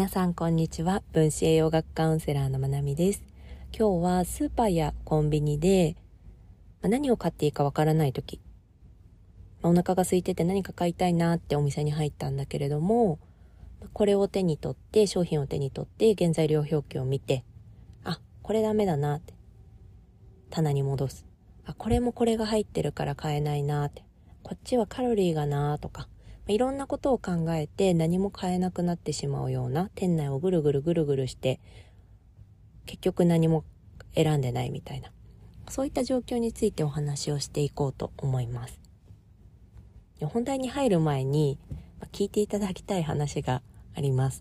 皆さんこんにちは。分子栄養学カウンセラーのまなみです。今日はスーパーやコンビニで何を買っていいかわからないとき、お腹が空いてて何か買いたいなってお店に入ったんだけれども、これを手に取って商品を手に取って原材料表記を見て、これダメだなって棚に戻す。これもこれが入ってるから買えないなって、こっちはカロリーがなとか、いろんなことを考えて何も買えなくなってしまうような、店内をぐるぐるして結局何も選んでないみたいな、そういった状況についてお話をしていこうと思います。本題に入る前に聞いていただきたい話があります。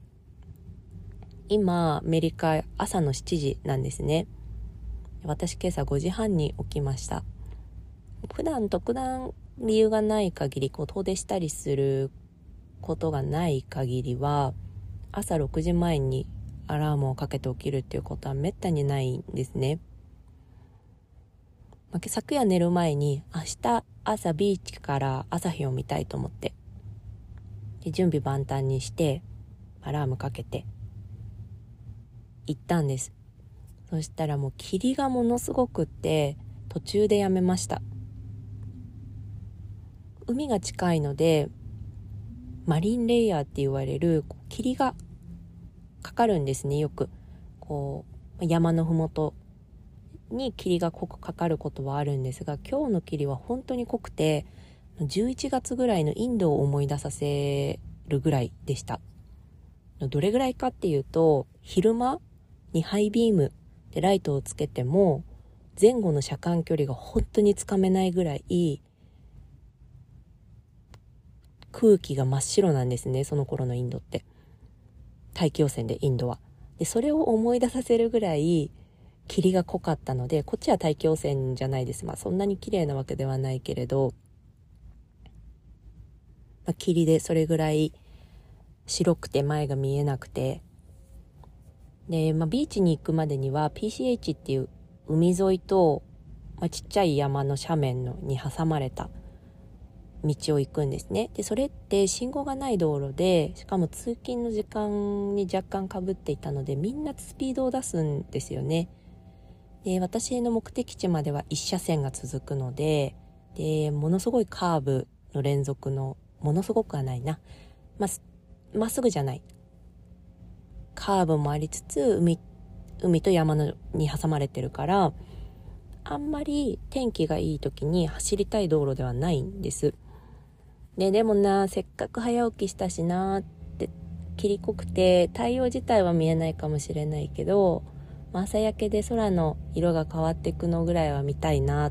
今アメリカ朝の7時なんですね。私今朝5時半に起きました。普段特段理由がない限り、遠出したりすることがない限りは、朝6時前にアラームをかけて起きるっていうことはめったにないんですね。昨夜寝る前に明日朝ビーチから朝日を見たいと思って、準備万端にしてアラームかけて行ったんです。そしたらもう霧がものすごくって途中でやめました。海が近いのでマリンレイヤーって言われる霧がかかるんですね。よく山のふもとに霧が濃くかかることはあるんですが、今日の霧は本当に濃くて11月ぐらいのインドを思い出させるぐらいでした。どれぐらいかっていうと、昼間にハイビームでライトをつけても前後の車間距離が本当につかめないぐらい空気が真っ白なんですね。その頃のインドって大気汚染で、インドはでそれを思い出させるぐらい霧が濃かったので、こっちは大気汚染じゃないです。そんなに綺麗なわけではないけれど、霧でそれぐらい白くて前が見えなくて、で、ビーチに行くまでには PCH っていう海沿いと、ちっちゃい山の斜面に挟まれた道を行くんですね。でそれって信号がない道路で、しかも通勤の時間に若干かぶっていたので、みんなスピードを出すんですよね。で私の目的地までは1車線が続くので、ものすごいカーブの連続の、ものすごくはないな、まっすぐじゃないカーブもありつつ、海と山に挟まれてるから、あんまり天気がいい時に走りたい道路ではないんです。でもせっかく早起きしたしなって、霧濃くて太陽自体は見えないかもしれないけど、朝焼けで空の色が変わっていくのぐらいは見たいなって。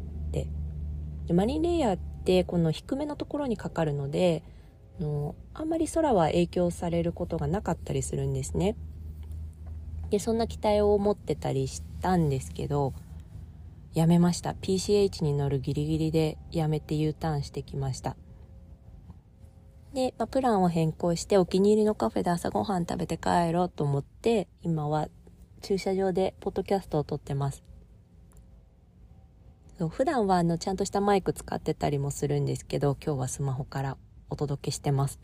でマリンレイヤーってこの低めのところにかかるので、あんまり空は影響されることがなかったりするんですね。でそんな期待を持ってたりしたんですけど、やめました。 PCH に乗るギリギリでやめて U ターンしてきました。で、プランを変更してお気に入りのカフェで朝ごはん食べて帰ろうと思って、今は駐車場でポッドキャストを撮ってます。普段はちゃんとしたマイク使ってたりもするんですけど、今日はスマホからお届けしてます。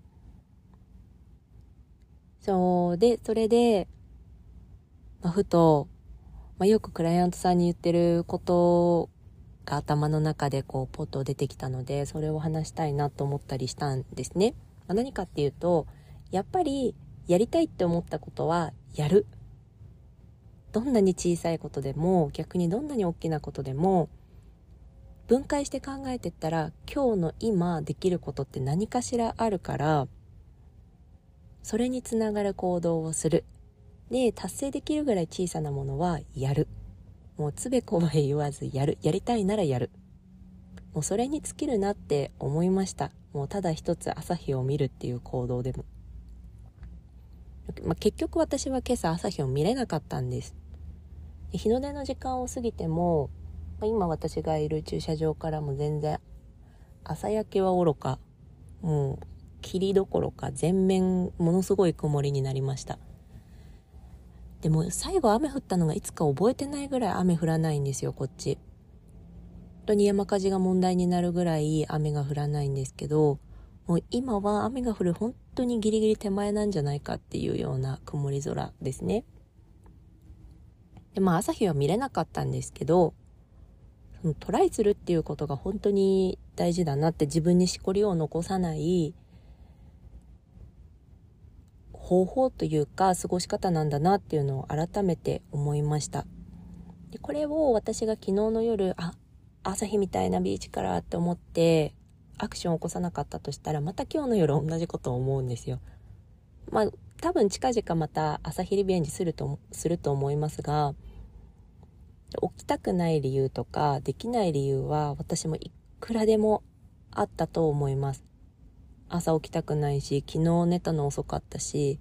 それで、ふと、よくクライアントさんに言ってることが頭の中でポッと出てきたので、それを話したいなと思ったりしたんですね。何かっていうと、やっぱりやりたいって思ったことはやる。どんなに小さいことでも、逆にどんなに大きなことでも、分解して考えてったら、今日の今できることって何かしらあるから、それにつながる行動をする。で、達成できるぐらい小さなものはやる。もうつべこべ言わずやる。やりたいならやる。もうそれに尽きるなって思いました。もうただ一つ朝日を見るっていう行動でも。結局私は今朝朝日を見れなかったんです。日の出の時間を過ぎても、今私がいる駐車場からも全然朝焼けはおろか、もう霧どころか全面ものすごい曇りになりました。でも最後雨降ったのがいつか覚えてないぐらい雨降らないんですよ、こっち。本当に山火事が問題になるぐらい雨が降らないんですけど、もう今は雨が降る本当にギリギリ手前なんじゃないかっていうような曇り空ですね。で、朝日は見れなかったんですけど、そのトライするっていうことが本当に大事だなって、自分にしこりを残さない方法というか過ごし方なんだなっていうのを改めて思いました。で、これを私が昨日の夜、朝日みたいなビーチからって思ってアクションを起こさなかったとしたら、また今日の夜同じことを思うんですよ。多分近々また朝日リベンジすると思いますが、起きたくない理由とかできない理由は私もいくらでもあったと思います。朝起きたくないし、昨日寝たの遅かったし、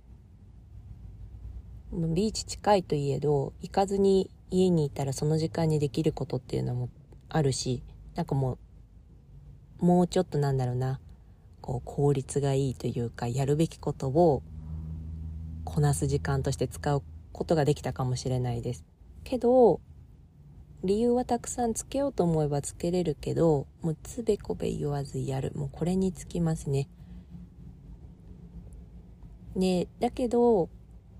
ビーチ近いといえど行かずに家にいたらその時間にできることっていうのもあるし、もうちょっと効率がいいというか、やるべきことをこなす時間として使うことができたかもしれないですけど、理由はたくさんつけようと思えばつけれるけど、もうつべこべ言わずやる、もうこれにつきますね。だけど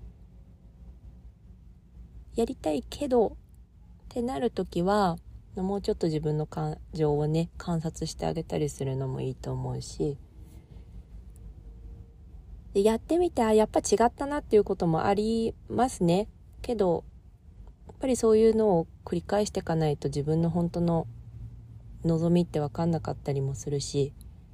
やりたいけどってなるときは、もうちょっと自分の感情をね観察してあげたりするのもいいと思うし、でやってみてやっぱ違ったなっていうこともありますね。けどやっぱりそういうのを繰り返していかないと自分の本当の望みって分かんなかったりもするし、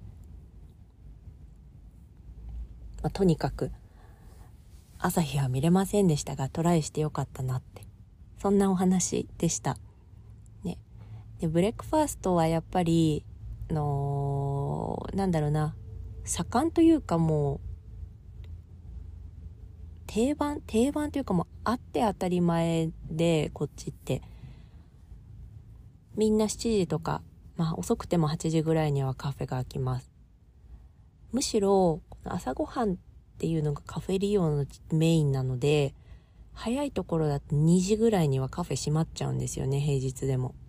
とにかく朝日は見れませんでしたがトライしてよかったなって、そんなお話でしたね。で、ブレックファーストはやっぱり盛んというか、もう定番というか、もうあって当たり前で、こっちってみんな7時とか、遅くても8時ぐらいにはカフェが開きます。むしろ朝ごはんっていうのがカフェ利用のメインなので、早いところだと2時ぐらいにはカフェ閉まっちゃうんですよね、平日でも。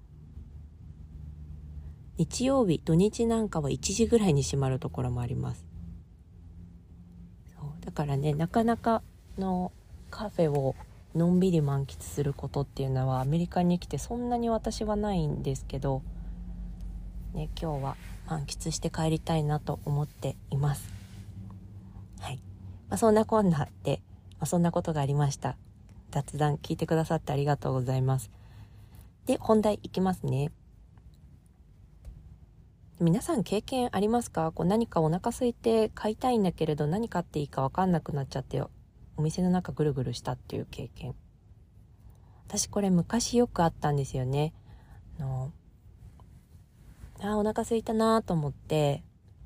日曜日土日なんかは1時ぐらいに閉まるところもあります。だからね、なかなかのカフェをのんびり満喫することっていうのはアメリカに来てそんなに私はないんですけど、ね、今日は満喫して帰りたいなと思っています。はい。そんなこんなで、そんなことがありました。雑談聞いてくださってありがとうございます。で、本題いきますね。皆さん経験ありますか？何かお腹空いて買いたいんだけれど何買っていいか分かんなくなっちゃってお店の中ぐるぐるしたっていう経験。私これ昔よくあったんですよね。お腹空いたなと思って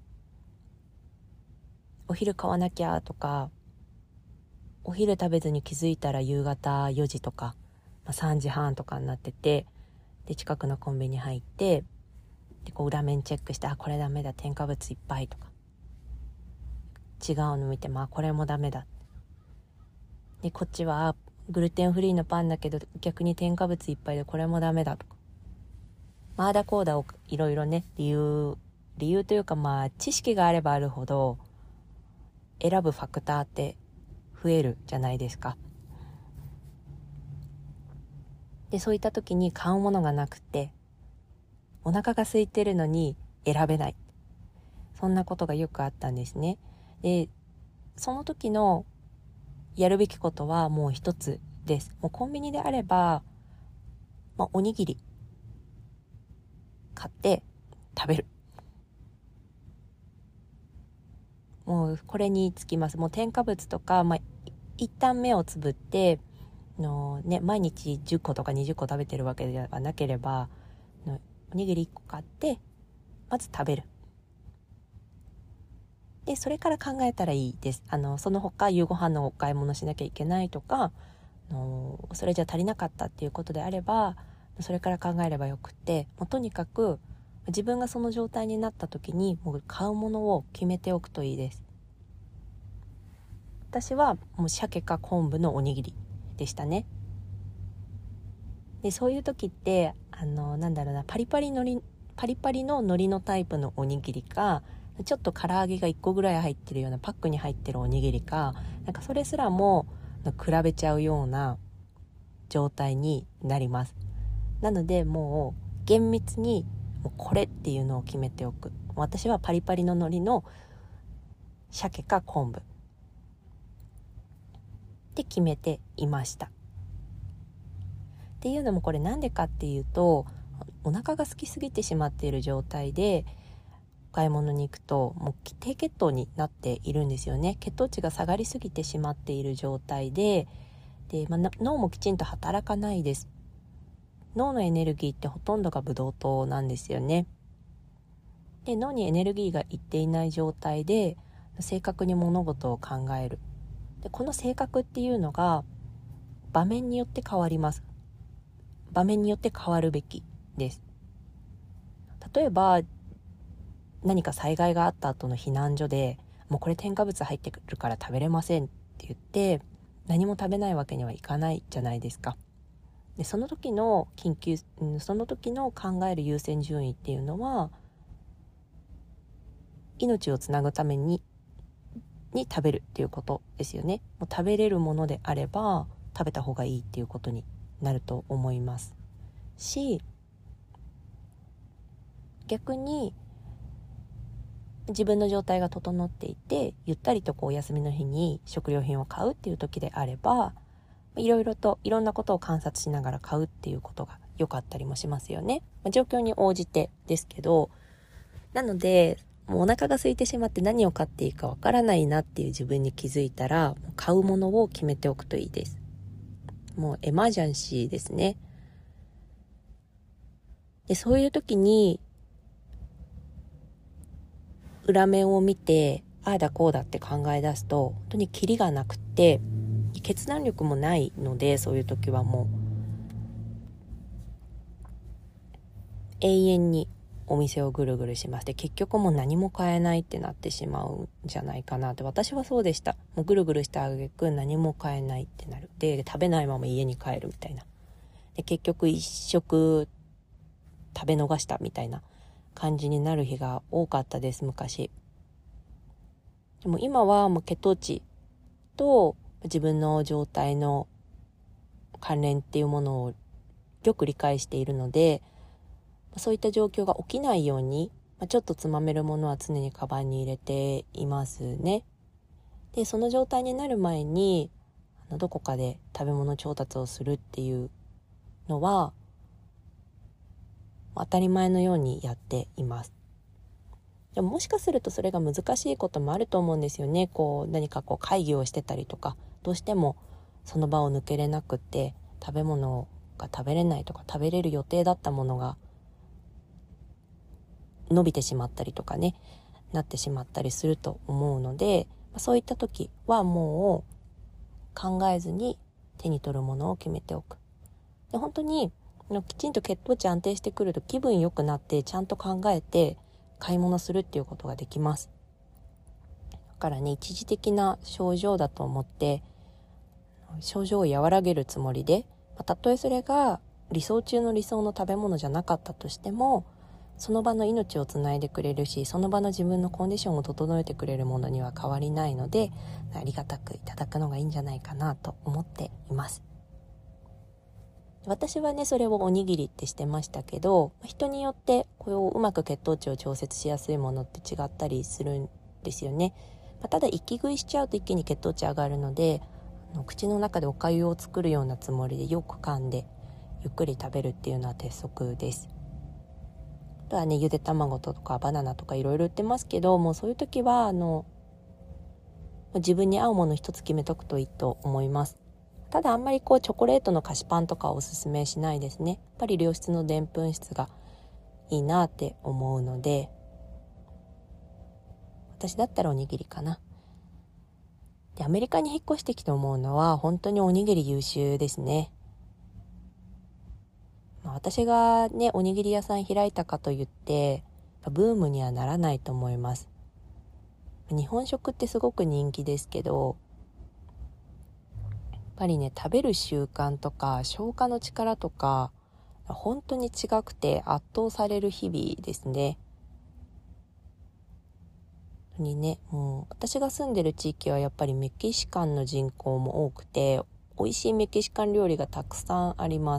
お昼買わなきゃとか、お昼食べずに気づいたら夕方4時とか、3時半とかになってて、で近くのコンビニ入ってで裏面チェックして、これダメだ、添加物いっぱいとか、違うの見てこれもダメだ、でこっちはグルテンフリーのパンだけど逆に添加物いっぱいでこれもダメだとか、あーだこーだをいろいろね理由というか、知識があればあるほど選ぶファクターって増えるじゃないですか。でそういった時に買うものがなくてお腹が空いてるのに選べない、そんなことがよくあったんですね。でその時のやるべきことはもう一つです。もうコンビニであれば、おにぎり買って食べる、もうこれにつきます。もう添加物とか、一旦目をつぶって毎日10個とか20個食べてるわけではなければ、おにぎり1個買ってまず食べる。でそれから考えたらいいです。その他夕ご飯のお買い物しなきゃいけないとか、それじゃ足りなかったっていうことであればそれから考えればよくて、もうとにかく自分がその状態になった時にもう買うものを決めておくといいです。私はもう鮭か昆布のおにぎりでしたね。でそういう時ってパリパリの海苔のタイプのおにぎりか、 ちょっと唐揚げが1個ぐらい入ってるようなパックに入ってるおにぎりか、なんかそれすらも比べちゃうような状態になります。なのでもう厳密にもうこれっていうのを決めておく。私はパリパリの海苔の鮭か昆布って決めていました。っていうのもこれなんでかっていうと、お腹が空きすぎてしまっている状態でお買い物に行くともう低血糖になっているんですよね。血糖値が下がりすぎてしまっている状態で、脳もきちんと働かないです。脳のエネルギーってほとんどがブドウ糖なんですよね。で、脳にエネルギーがいっていない状態で正確に物事を考える。で、この性格っていうのが場面によって変わります。場面によって変わるべきです。例えば何か災害があった後の避難所で、もうこれ添加物入ってくるから食べれませんって言って何も食べないわけにはいかないじゃないですか。で、その時のその時の考える優先順位っていうのは、命をつなぐために食べるっていうことですよね。もう食べれるものであれば食べた方がいいっていうことになると思いますし、逆に自分の状態が整っていてゆったりとお休みの日に食料品を買うっていう時であれば、いろんなことを観察しながら買うっていうことが良かったりもしますよね。状況に応じてですけど、なのでもうお腹が空いてしまって何を買っていいかわからないなっていう自分に気づいたら、買うものを決めておくといいです。もうエマージャンシーですね。で、そういう時に裏面を見てああだこうだって考え出すと本当にキリがなくて決断力もないので、そういう時はもう永遠にお店をぐるぐるします。で、結局もう何も買えないってなってしまうんじゃないかなって。私はそうでした。もうぐるぐるした挙句何も買えないってなる。で、食べないまま家に帰るみたいな。で、結局一食食べ逃したみたいな感じになる日が多かったです、昔。でも今はもう血糖値と自分の状態の関連っていうものをよく理解しているので、そういった状況が起きないように、ちょっとつまめるものは常にカバンに入れていますね。で、その状態になる前にどこかで食べ物調達をするっていうのは当たり前のようにやっています。でももしかするとそれが難しいこともあると思うんですよね。何か会議をしてたりとか、どうしてもその場を抜けれなくって食べ物が食べれないとか、食べれる予定だったものが伸びてしまったりとかね、なってしまったりすると思うので、そういった時はもう考えずに手に取るものを決めておく。で、本当にきちんと血糖値安定してくると気分良くなってちゃんと考えて買い物するっていうことができます。だからね、一時的な症状だと思って症状を和らげるつもりで、たとえそれが理想中の理想の食べ物じゃなかったとしても、その場の命をつないでくれるし、その場の自分のコンディションを整えてくれるものには変わりないので、ありがたくいただくのがいいんじゃないかなと思っています。私はね、それをおにぎりってしてましたけど、人によってこれをうまく血糖値を調節しやすいものって違ったりするんですよね。ただ息食いしちゃうと一気に血糖値上がるので、口の中でお粥を作るようなつもりでよく噛んでゆっくり食べるっていうのは鉄則です。あとはね、ゆで卵とかバナナとかいろいろ売ってますけど、もうそういう時は自分に合うもの一つ決めとくといいと思います。ただあんまりチョコレートの菓子パンとかおすすめしないですね。やっぱり良質のでんぷん質がいいなって思うので、私だったらおにぎりかな。で、アメリカに引っ越してきて思うのは本当におにぎり優秀ですね。私がね、おにぎり屋さん開いたかといってブームにはならないと思います。日本食ってすごく人気ですけど、やっぱりね、食べる習慣とか消化の力とか本当に違くて圧倒される日々ですね。 にね、もう私が住んでる地域はやっぱりメキシカンの人口も多くて、美味しいメキシカン料理がたくさんあります。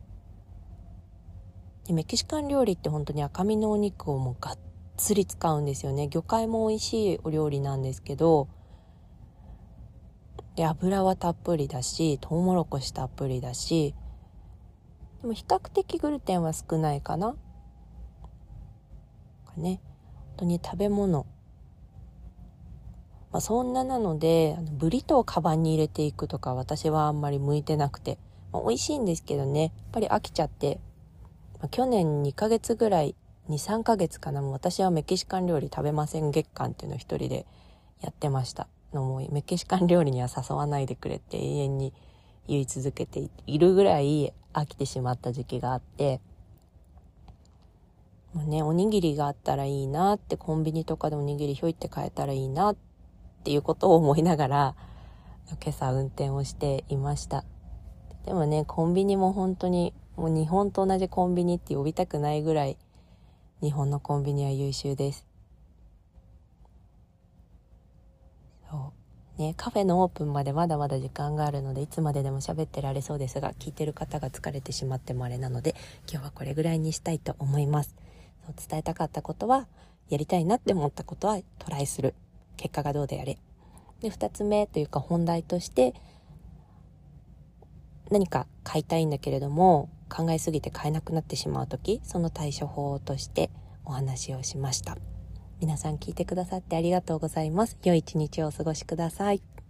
でメキシカン料理って本当に赤身のお肉をもうがっつり使うんですよね。魚介も美味しいお料理なんですけど、で油はたっぷりだし、トウモロコシたっぷりだし、でも比較的グルテンは少ないかな。ね、本当に食べ物、そんなのでブリトーをカバンに入れていくとか私はあんまり向いてなくて、美味しいんですけどね、やっぱり飽きちゃって、去年2ヶ月ぐらい2、3ヶ月かな、もう私はメキシカン料理食べません月間っていうのを一人でやってました。もうメキシカン料理には誘わないでくれって永遠に言い続けているぐらい飽きてしまった時期があって、もうね、おにぎりがあったらいいなって、コンビニとかでおにぎりひょいって買えたらいいなっていうことを思いながら今朝運転をしていました。でもね、コンビニも本当にもう日本と同じコンビニって呼びたくないぐらい日本のコンビニは優秀です。そうね、カフェのオープンまでまだまだ時間があるのでいつまででも喋ってられそうですが、聞いてる方が疲れてしまってもあれなので今日はこれぐらいにしたいと思います。そう伝えたかったことは、やりたいなって思ったことはトライする、結果がどうであれ。で2つ目というか本題として、何か買いたいんだけれども考えすぎて買えなくなってしまうとき、その対処法としてお話をしました。皆さん聞いてくださってありがとうございます。良い一日をお過ごしください。